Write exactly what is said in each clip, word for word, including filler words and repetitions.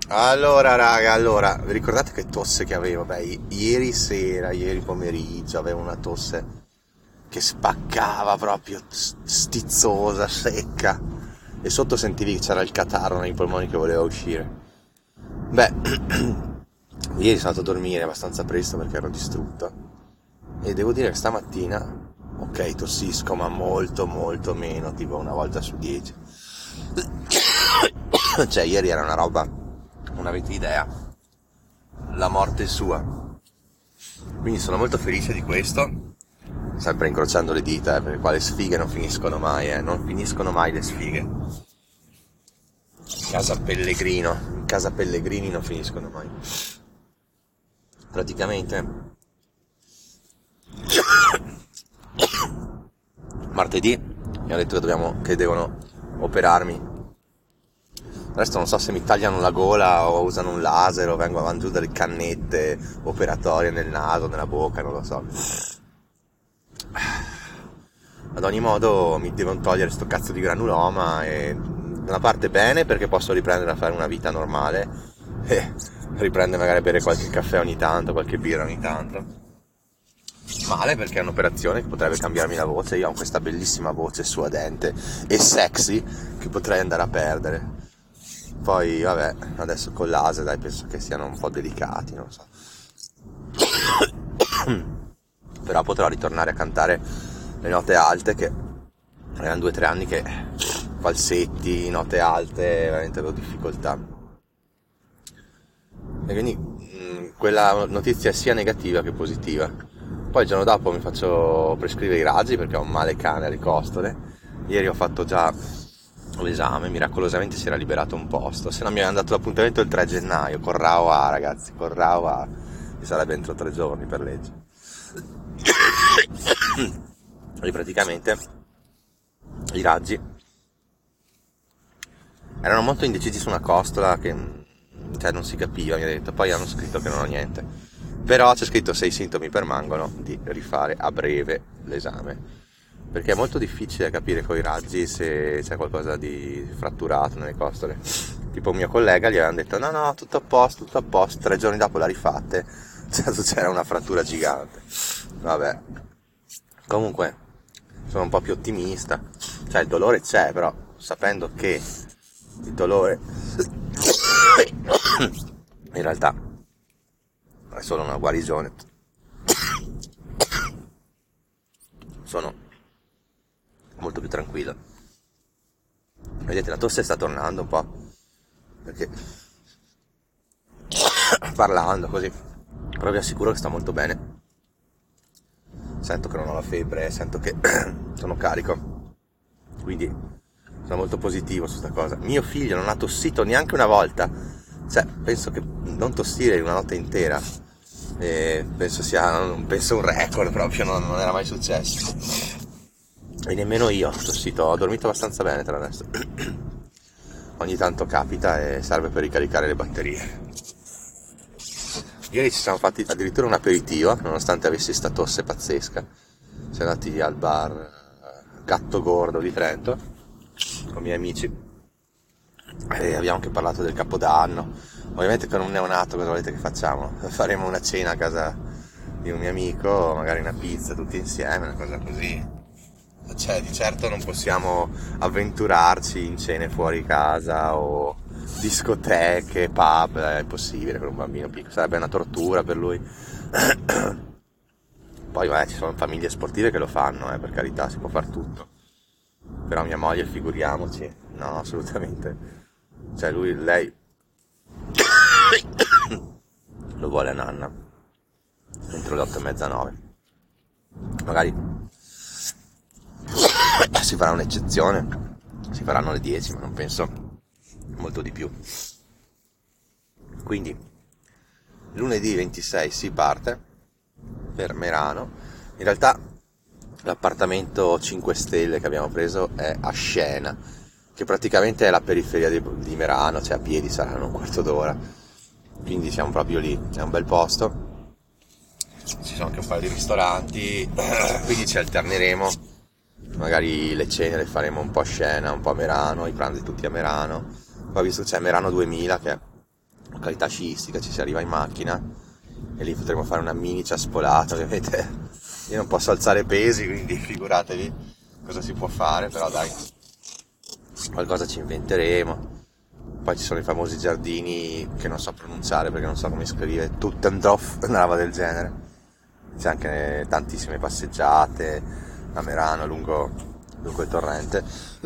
Allora, raga, allora, vi ricordate che tosse che avevo? Beh, i- ieri sera, ieri pomeriggio avevo una tosse che spaccava proprio, s- stizzosa, secca. E sotto sentivi che c'era il catarro nei polmoni che voleva uscire. Beh, ieri sono andato a dormire abbastanza presto perché ero distrutto. E devo dire che stamattina, ok, tossisco, ma molto, molto meno, tipo una volta su dieci. Cioè, ieri era una roba, non avete idea, la morte sua. Quindi sono molto felice di questo, sempre incrociando le dita, eh, perché qua le sfighe non finiscono mai, eh, non finiscono mai le sfighe. Casa Pellegrino, casa Pellegrini non finiscono mai. Praticamente martedì mi hanno detto che, dobbiamo, che devono operarmi. Adesso non so se mi tagliano la gola o usano un laser o vengo avanti giù delle cannette operatorie nel naso, nella bocca, non lo so. Ad ogni modo mi devono togliere sto cazzo di granuloma e da una parte bene perché posso riprendere a fare una vita normale e riprendere magari a bere qualche caffè ogni tanto, qualche birra ogni tanto. Male perché è un'operazione che potrebbe cambiarmi la voce, io ho questa bellissima voce suadente e sexy che potrei andare a perdere. Poi vabbè, adesso con l'ase dai penso che siano un po' delicati, non so. Però potrò ritornare a cantare le note alte che erano due o tre anni che falsetti, note alte, veramente avevo difficoltà. E quindi mh, quella notizia è sia negativa che positiva. Poi il giorno dopo mi faccio prescrivere i raggi perché ho un male cane alle costole. Ieri ho fatto già l'esame, miracolosamente si era liberato un posto. Se no mi avevano dato l'appuntamento il tre gennaio, con Rao A, ragazzi, con Rao A. Mi sarebbe entro tre giorni per legge. E praticamente i raggi erano molto indecisi su una costola che cioè, non si capiva, mi ha detto. Poi hanno scritto che non ho niente. Però c'è scritto se i sintomi permangono di rifare a breve l'esame. Perché è molto difficile capire coi raggi se c'è qualcosa di fratturato nelle costole. Tipo un mio collega gli avevano detto no no tutto a posto, tutto a posto, tre giorni dopo l'ha rifatte, c'era una frattura gigante. Vabbè. Comunque sono un po' più ottimista. Cioè il dolore c'è, però sapendo che il dolore in realtà è solo una guarigione, sono molto più tranquillo. Vedete, la tosse sta tornando un po', perché parlando così, però vi assicuro che sta molto bene. Sento che non ho la febbre, sento che sono carico, quindi sono molto positivo su questa cosa. Mio figlio non ha tossito neanche una volta, cioè penso che non tossire una notte intera, e penso sia penso un record proprio, non, non era mai successo. E nemmeno io ho tossito, ho dormito abbastanza bene tra adesso. Ogni tanto capita e serve per ricaricare le batterie. Ieri ci siamo fatti addirittura un aperitivo, nonostante avessi sta tosse pazzesca. Siamo andati al bar eh, Gatto Gordo di Trento con i miei amici e abbiamo anche parlato del Capodanno. Ovviamente con un neonato cosa volete che facciamo? Faremo una cena a casa di un mio amico, magari una pizza tutti insieme, una cosa così. Cioè, di certo non possiamo avventurarci in cene fuori casa o discoteche, pub, è impossibile per un bambino piccolo, sarebbe una tortura per lui. Poi vabbè, ci sono famiglie sportive che lo fanno, eh, per carità, si può far tutto. Però mia moglie, figuriamoci, no, assolutamente. Cioè lui, lei lo vuole a nanna, entro le otto e mezza, nove. Magari si farà un'eccezione, si faranno le dieci, ma non penso molto di più. Quindi lunedì ventisei si parte per Merano. In realtà l'appartamento cinque stelle che abbiamo preso è a Scena, che praticamente è la periferia di, di Merano, cioè a piedi saranno un quarto d'ora. Quindi siamo proprio lì, è un bel posto. Ci sono anche un paio di ristoranti, quindi ci alterneremo. Magari le cene le faremo un po' a Scena, un po' a Merano, i pranzi tutti a Merano. Poi visto che c'è Merano duemila che località sciistica, ci si arriva in macchina e lì potremo fare una mini ciaspolata. Ovviamente io non posso alzare pesi, quindi figuratevi cosa si può fare, però dai, qualcosa ci inventeremo. Poi ci sono i famosi giardini che non so pronunciare perché non so come scrive, Tuttendorf, una roba del genere. C'è anche tantissime passeggiate a Merano lungo, lungo il torrente.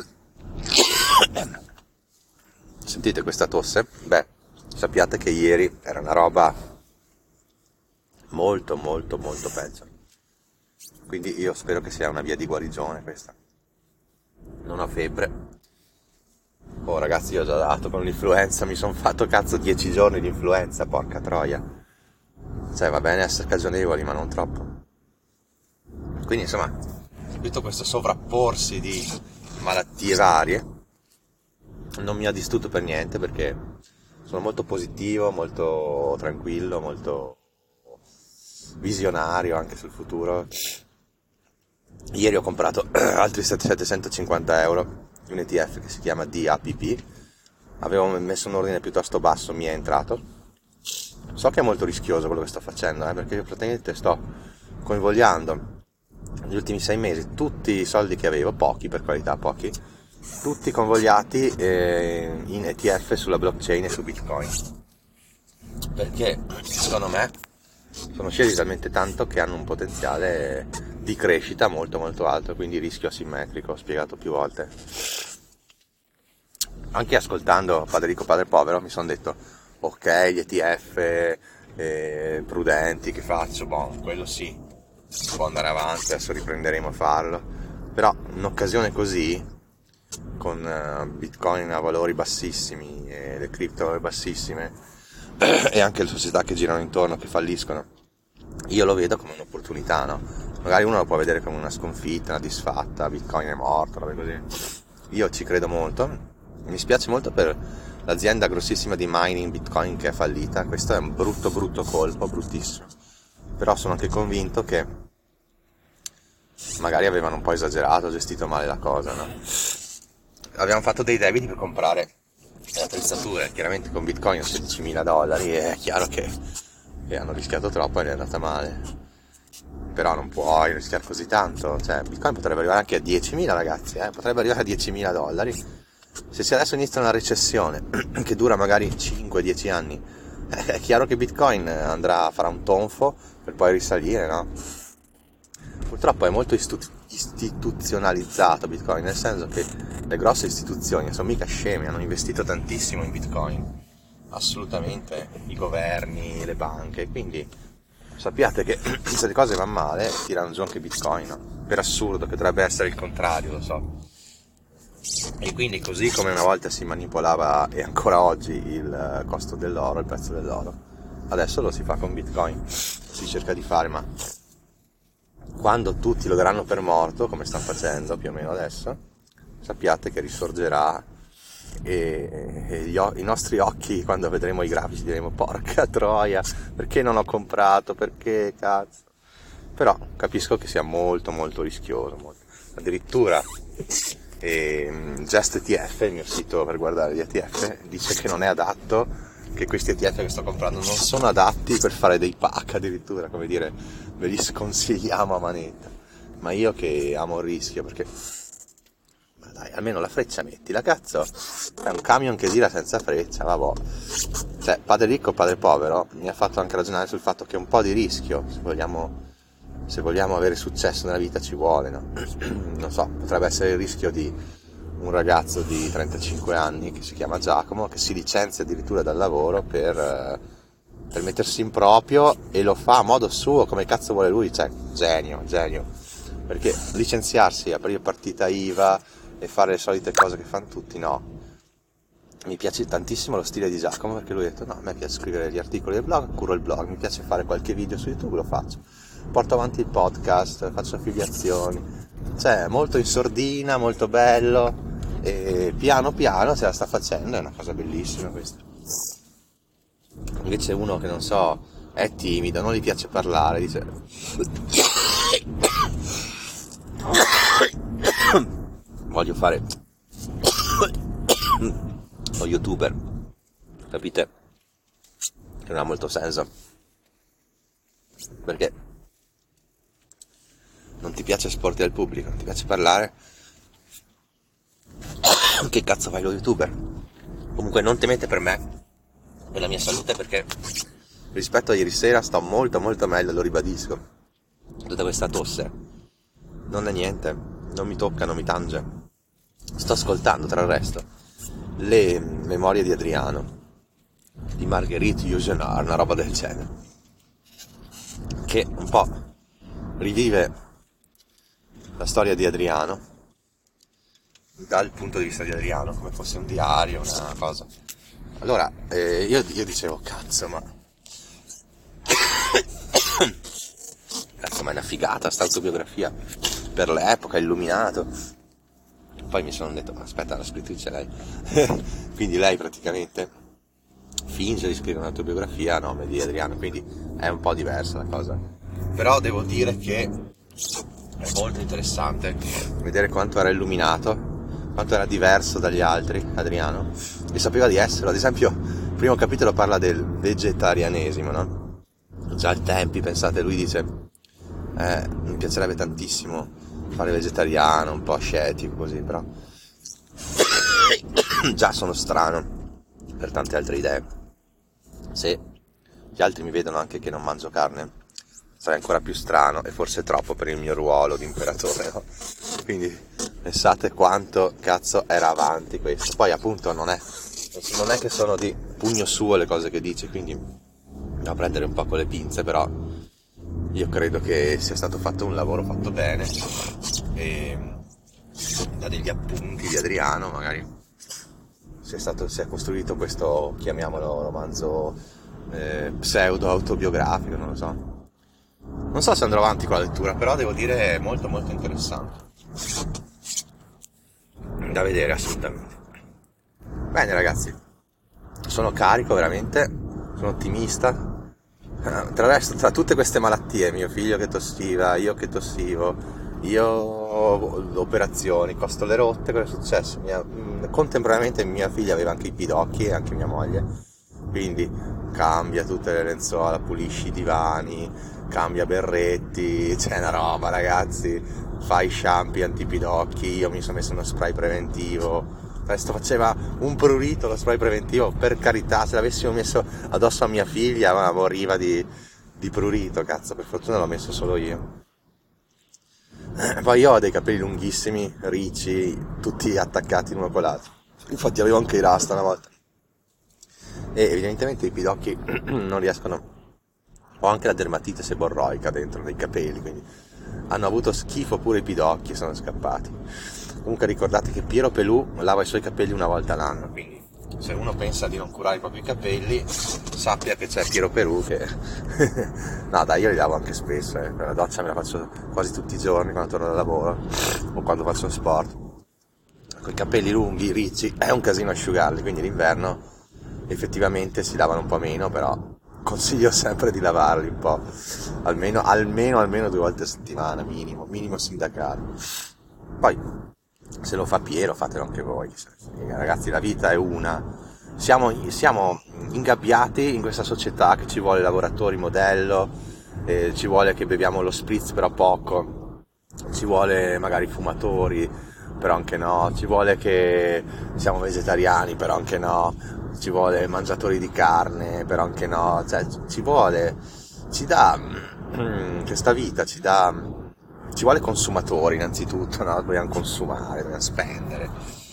Sentite questa tosse? Beh, sappiate che ieri era una roba molto molto molto peggio. Quindi io spero che sia una via di guarigione questa. Non ho febbre. Oh ragazzi, io ho già dato con l'influenza, mi sono fatto cazzo dieci giorni di influenza, porca troia. Cioè va bene essere cagionevoli, ma non troppo. Quindi insomma, tutto questo sovrapporsi di malattie varie non mi ha distrutto per niente, perché sono molto positivo, molto tranquillo, molto visionario anche sul futuro. Ieri ho comprato altri settecentocinquanta euro un E T F che si chiama D A P P. Avevo messo un ordine piuttosto basso, mi è entrato. So che è molto rischioso quello che sto facendo, eh, perché io praticamente sto convogliando negli ultimi sei mesi tutti i soldi che avevo, pochi per qualità, pochi, tutti convogliati eh, in E T F sulla blockchain e su Bitcoin, perché secondo me sono scesi talmente tanto che hanno un potenziale di crescita molto molto alto, quindi rischio asimmetrico, ho spiegato più volte. Anche ascoltando Padre Ricco Padre Povero mi sono detto ok, gli E T F eh, prudenti che faccio, boh, quello sì, si può andare avanti, adesso riprenderemo a farlo, però un'occasione così con uh, Bitcoin a valori bassissimi e le cripto a valori bassissime e anche le società che girano intorno che falliscono, io lo vedo come un'opportunità, no? Magari uno lo può vedere come una sconfitta, una disfatta, Bitcoin è morto, robe così. Io ci credo molto, mi spiace molto per l'azienda grossissima di mining Bitcoin che è fallita, questo è un brutto brutto colpo, bruttissimo, però sono anche convinto che magari avevano un po' esagerato, gestito male la cosa, no? Abbiamo fatto dei debiti per comprare le attrezzature, chiaramente con Bitcoin sedicimila dollari, è chiaro che, che hanno rischiato troppo e è andata male, però non puoi rischiare così tanto, cioè Bitcoin potrebbe arrivare anche a diecimila, ragazzi, eh? potrebbe arrivare a diecimila dollari. Se adesso inizia una recessione che dura magari cinque dieci anni, è chiaro che Bitcoin andrà, farà un tonfo per poi risalire, no? Purtroppo è molto istu- istituzionalizzato Bitcoin, nel senso che le grosse istituzioni sono mica sceme, hanno investito tantissimo in Bitcoin, assolutamente, i governi, le banche, quindi sappiate che se le cose vanno male tirano giù anche Bitcoin, no? Per assurdo, che dovrebbe essere il contrario, lo so. E quindi così come una volta si manipolava, e ancora oggi, il costo dell'oro, il prezzo dell'oro, adesso lo si fa con Bitcoin, si cerca di fare, ma quando tutti lo daranno per morto, come stanno facendo più o meno adesso, sappiate che risorgerà e, e gli, i nostri occhi, quando vedremo i grafici, diremo porca troia, perché non ho comprato, perché cazzo. Però capisco che sia molto molto rischioso, molto. Addirittura e Just E T F, il mio sito per guardare gli E T F, dice che non è adatto, che questi E T F che sto comprando non sono adatti per fare dei pack, addirittura, come dire, ve li sconsigliamo a manetta. Ma io che amo il rischio, perché ma dai, almeno la freccia mettila, cazzo, è un camion che gira senza freccia, vabbè. Cioè, Padre Ricco Padre Povero mi ha fatto anche ragionare sul fatto che un po' di rischio, se vogliamo se vogliamo avere successo nella vita, ci vuole, no? Non so, potrebbe essere il rischio di un ragazzo di trentacinque anni che si chiama Giacomo, che si licenzia addirittura dal lavoro per, per mettersi in proprio, e lo fa a modo suo, come cazzo vuole lui, cioè genio, genio, perché licenziarsi, aprire partita I V A e fare le solite cose che fanno tutti, no. Mi piace tantissimo lo stile di Giacomo, perché lui ha detto no, a me piace scrivere gli articoli del blog, curo il blog, mi piace fare qualche video su YouTube, lo faccio, porto avanti il podcast, faccio affiliazioni, cioè molto in sordina, molto bello, e piano piano se la sta facendo, è una cosa bellissima questa. Invece uno che non so, è timido, non gli piace parlare, dice voglio fare lo youtuber, capite? non ha molto senso, perché non ti piace esporti al pubblico, non ti piace parlare, che cazzo fai lo youtuber? Comunque non temete per me e la mia salute, perché rispetto a ieri sera sto molto molto meglio, lo ribadisco. Tutta questa tosse non è niente, non mi tocca, non mi tange. Sto ascoltando, tra il resto, le memorie di Adriano, di Marguerite Yourcenar, una roba del genere, che un po' rivive la storia di Adriano dal punto di vista di Adriano, come fosse un diario, una cosa. Allora, eh, io, io dicevo, cazzo, ma cazzo, ma è una figata sta autobiografia, per l'epoca, illuminato. Poi mi sono detto, aspetta, la scrittrice lei. Quindi lei praticamente finge di scrivere un'autobiografia a nome di Adriano, quindi è un po' diversa la cosa. Però devo dire che è molto interessante vedere quanto era illuminato, quanto era diverso dagli altri Adriano, e sapeva di esserlo. Ad esempio, il primo capitolo parla del vegetarianesimo, no? Già ai tempi, pensate, lui dice eh, mi piacerebbe tantissimo fare vegetariano, un po' ascetico così, però già sono strano per tante altre idee. Se gli altri mi vedono anche che non mangio carne, sarei ancora più strano, e forse troppo per il mio ruolo di imperatore, no? Quindi pensate quanto cazzo era avanti questo. Poi appunto non è non è che sono di pugno suo le cose che dice, quindi da prendere un po' con le pinze, però io credo che sia stato fatto un lavoro fatto bene, e da degli appunti di Adriano magari si è, stato, si è costruito questo, chiamiamolo romanzo eh, pseudo autobiografico, non lo so. Non so se andrò avanti con la lettura, però devo dire è molto molto interessante da vedere, assolutamente. Bene ragazzi, sono carico veramente, sono ottimista. Tra l'altro, tra tutte queste malattie, mio figlio che tossiva, io che tossivo, io operazioni, costole rotte, cosa è successo? Mia, contemporaneamente mia figlia aveva anche i pidocchi e anche mia moglie, quindi cambia tutte le lenzuola, pulisci i divani, cambia berretti, c'è una roba ragazzi, fai shampoo antipidocchi, io mi sono messo uno spray preventivo. Questo faceva un prurito, lo spray preventivo, per carità, se l'avessimo messo addosso a mia figlia ma moriva di, di prurito, cazzo, per fortuna l'ho messo solo io. Poi io ho dei capelli lunghissimi, ricci, tutti attaccati l'uno con l'altro, infatti avevo anche i rasta una volta, e evidentemente i pidocchi non riescono, ho anche la dermatite seborroica dentro nei capelli, quindi hanno avuto schifo pure i pidocchi e sono scappati. Comunque ricordate che Piero Pelù lava i suoi capelli una volta all'anno, quindi se uno pensa di non curare i propri capelli, sappia che c'è Piero Pelù che no dai, io li lavo anche spesso, eh. La doccia me la faccio quasi tutti i giorni quando torno dal lavoro o quando faccio sport. Con i capelli lunghi, ricci, è un casino asciugarli, quindi l'inverno effettivamente si lavano un po' meno, però consiglio sempre di lavarli un po', almeno almeno almeno due volte a settimana, minimo minimo sindacale. Poi se lo fa Piero fatelo anche voi, ragazzi, la vita è una, siamo, siamo ingabbiati in questa società che ci vuole lavoratori modello, eh, ci vuole che beviamo lo spritz però poco, ci vuole magari fumatori però anche no, ci vuole che siamo vegetariani però anche no, ci vuole mangiatori di carne però anche no, cioè ci vuole, ci dà questa vita, ci dà, ci vuole consumatori innanzitutto, no? Dobbiamo consumare, dobbiamo spendere,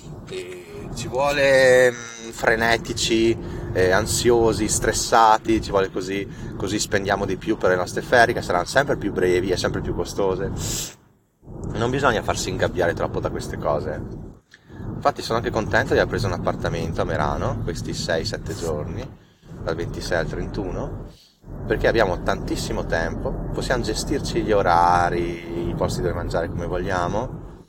e ci vuole frenetici, eh, ansiosi, stressati, ci vuole così, così spendiamo di più per le nostre ferie che saranno sempre più brevi e sempre più costose. Non bisogna farsi ingabbiare troppo da queste cose. Infatti sono anche contento di aver preso un appartamento a Merano questi sei sette giorni, dal ventisei al trentuno, perché abbiamo tantissimo tempo, possiamo gestirci gli orari, i posti dove mangiare come vogliamo,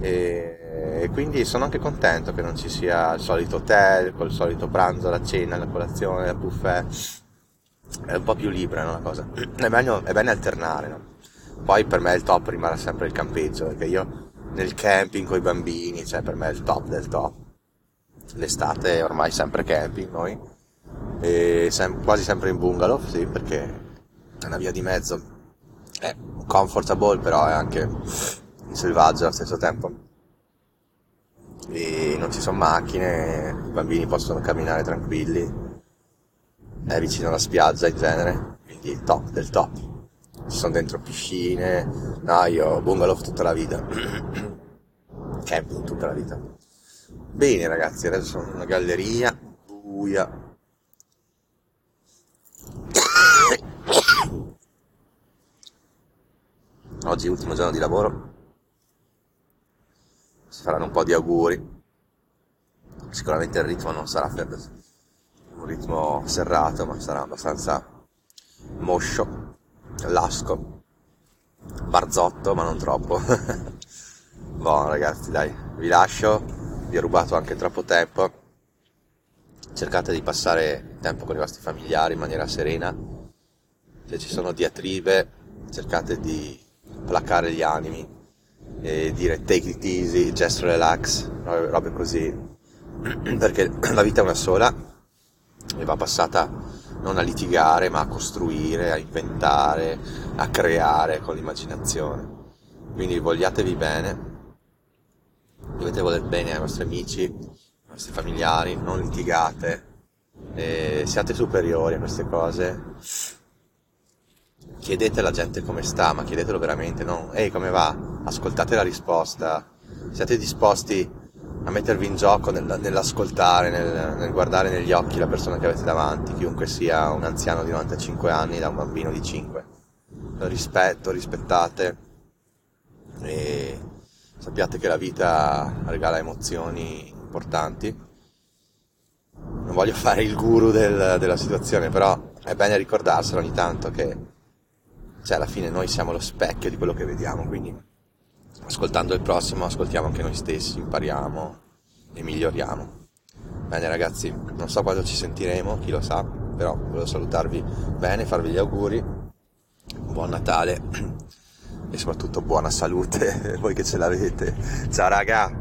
e, e quindi sono anche contento che non ci sia il solito hotel, col solito pranzo, la cena, la colazione, il buffet. È un po' più libera, no, la cosa. È meglio, è bene alternare, no? Poi per me il top rimarrà sempre il campeggio, perché io nel camping con i bambini, cioè per me è il top del top. L'estate è ormai sempre camping noi, e sem- quasi sempre in bungalow, sì, perché è una via di mezzo, è comfortable però è anche selvaggio allo stesso tempo, e non ci sono macchine, i bambini possono camminare tranquilli, è vicino alla spiaggia in genere, quindi top del top. Ci sono dentro piscine, no, io bungalow tutta la vita, camping tutta la vita. Bene ragazzi, adesso sono in una galleria buia. Oggi è l'ultimo giorno di lavoro, si faranno un po' di auguri. Sicuramente il ritmo non sarà per un ritmo serrato, ma sarà abbastanza moscio, lasco, barzotto, ma non troppo. Buon ragazzi, dai, vi lascio, vi ho rubato anche troppo tempo. Cercate di passare tempo con i vostri familiari in maniera serena. Se ci sono diatribe, cercate di placare gli animi e dire take it easy, just relax, robe così, perché la vita è una sola e va passata non a litigare ma a costruire, a inventare, a creare con l'immaginazione. Quindi vogliatevi bene, dovete voler bene ai vostri amici, ai vostri familiari, non litigate, e siate superiori a queste cose. Chiedete alla gente come sta, ma chiedetelo veramente, non ehi come va? Ascoltate la risposta, siate disposti a mettervi in gioco nel, nell'ascoltare, nel, nel guardare negli occhi la persona che avete davanti, chiunque sia, un anziano di novantacinque anni da un bambino di cinque. Rispetto, rispettate e sappiate che la vita regala emozioni importanti. Non voglio fare il guru del, della situazione, però è bene ricordarselo ogni tanto che cioè alla fine noi siamo lo specchio di quello che vediamo, quindi ascoltando il prossimo ascoltiamo anche noi stessi, impariamo e miglioriamo. Bene ragazzi, non so quando ci sentiremo, chi lo sa, però volevo salutarvi bene, farvi gli auguri, buon Natale e soprattutto buona salute voi che ce l'avete. Ciao raga!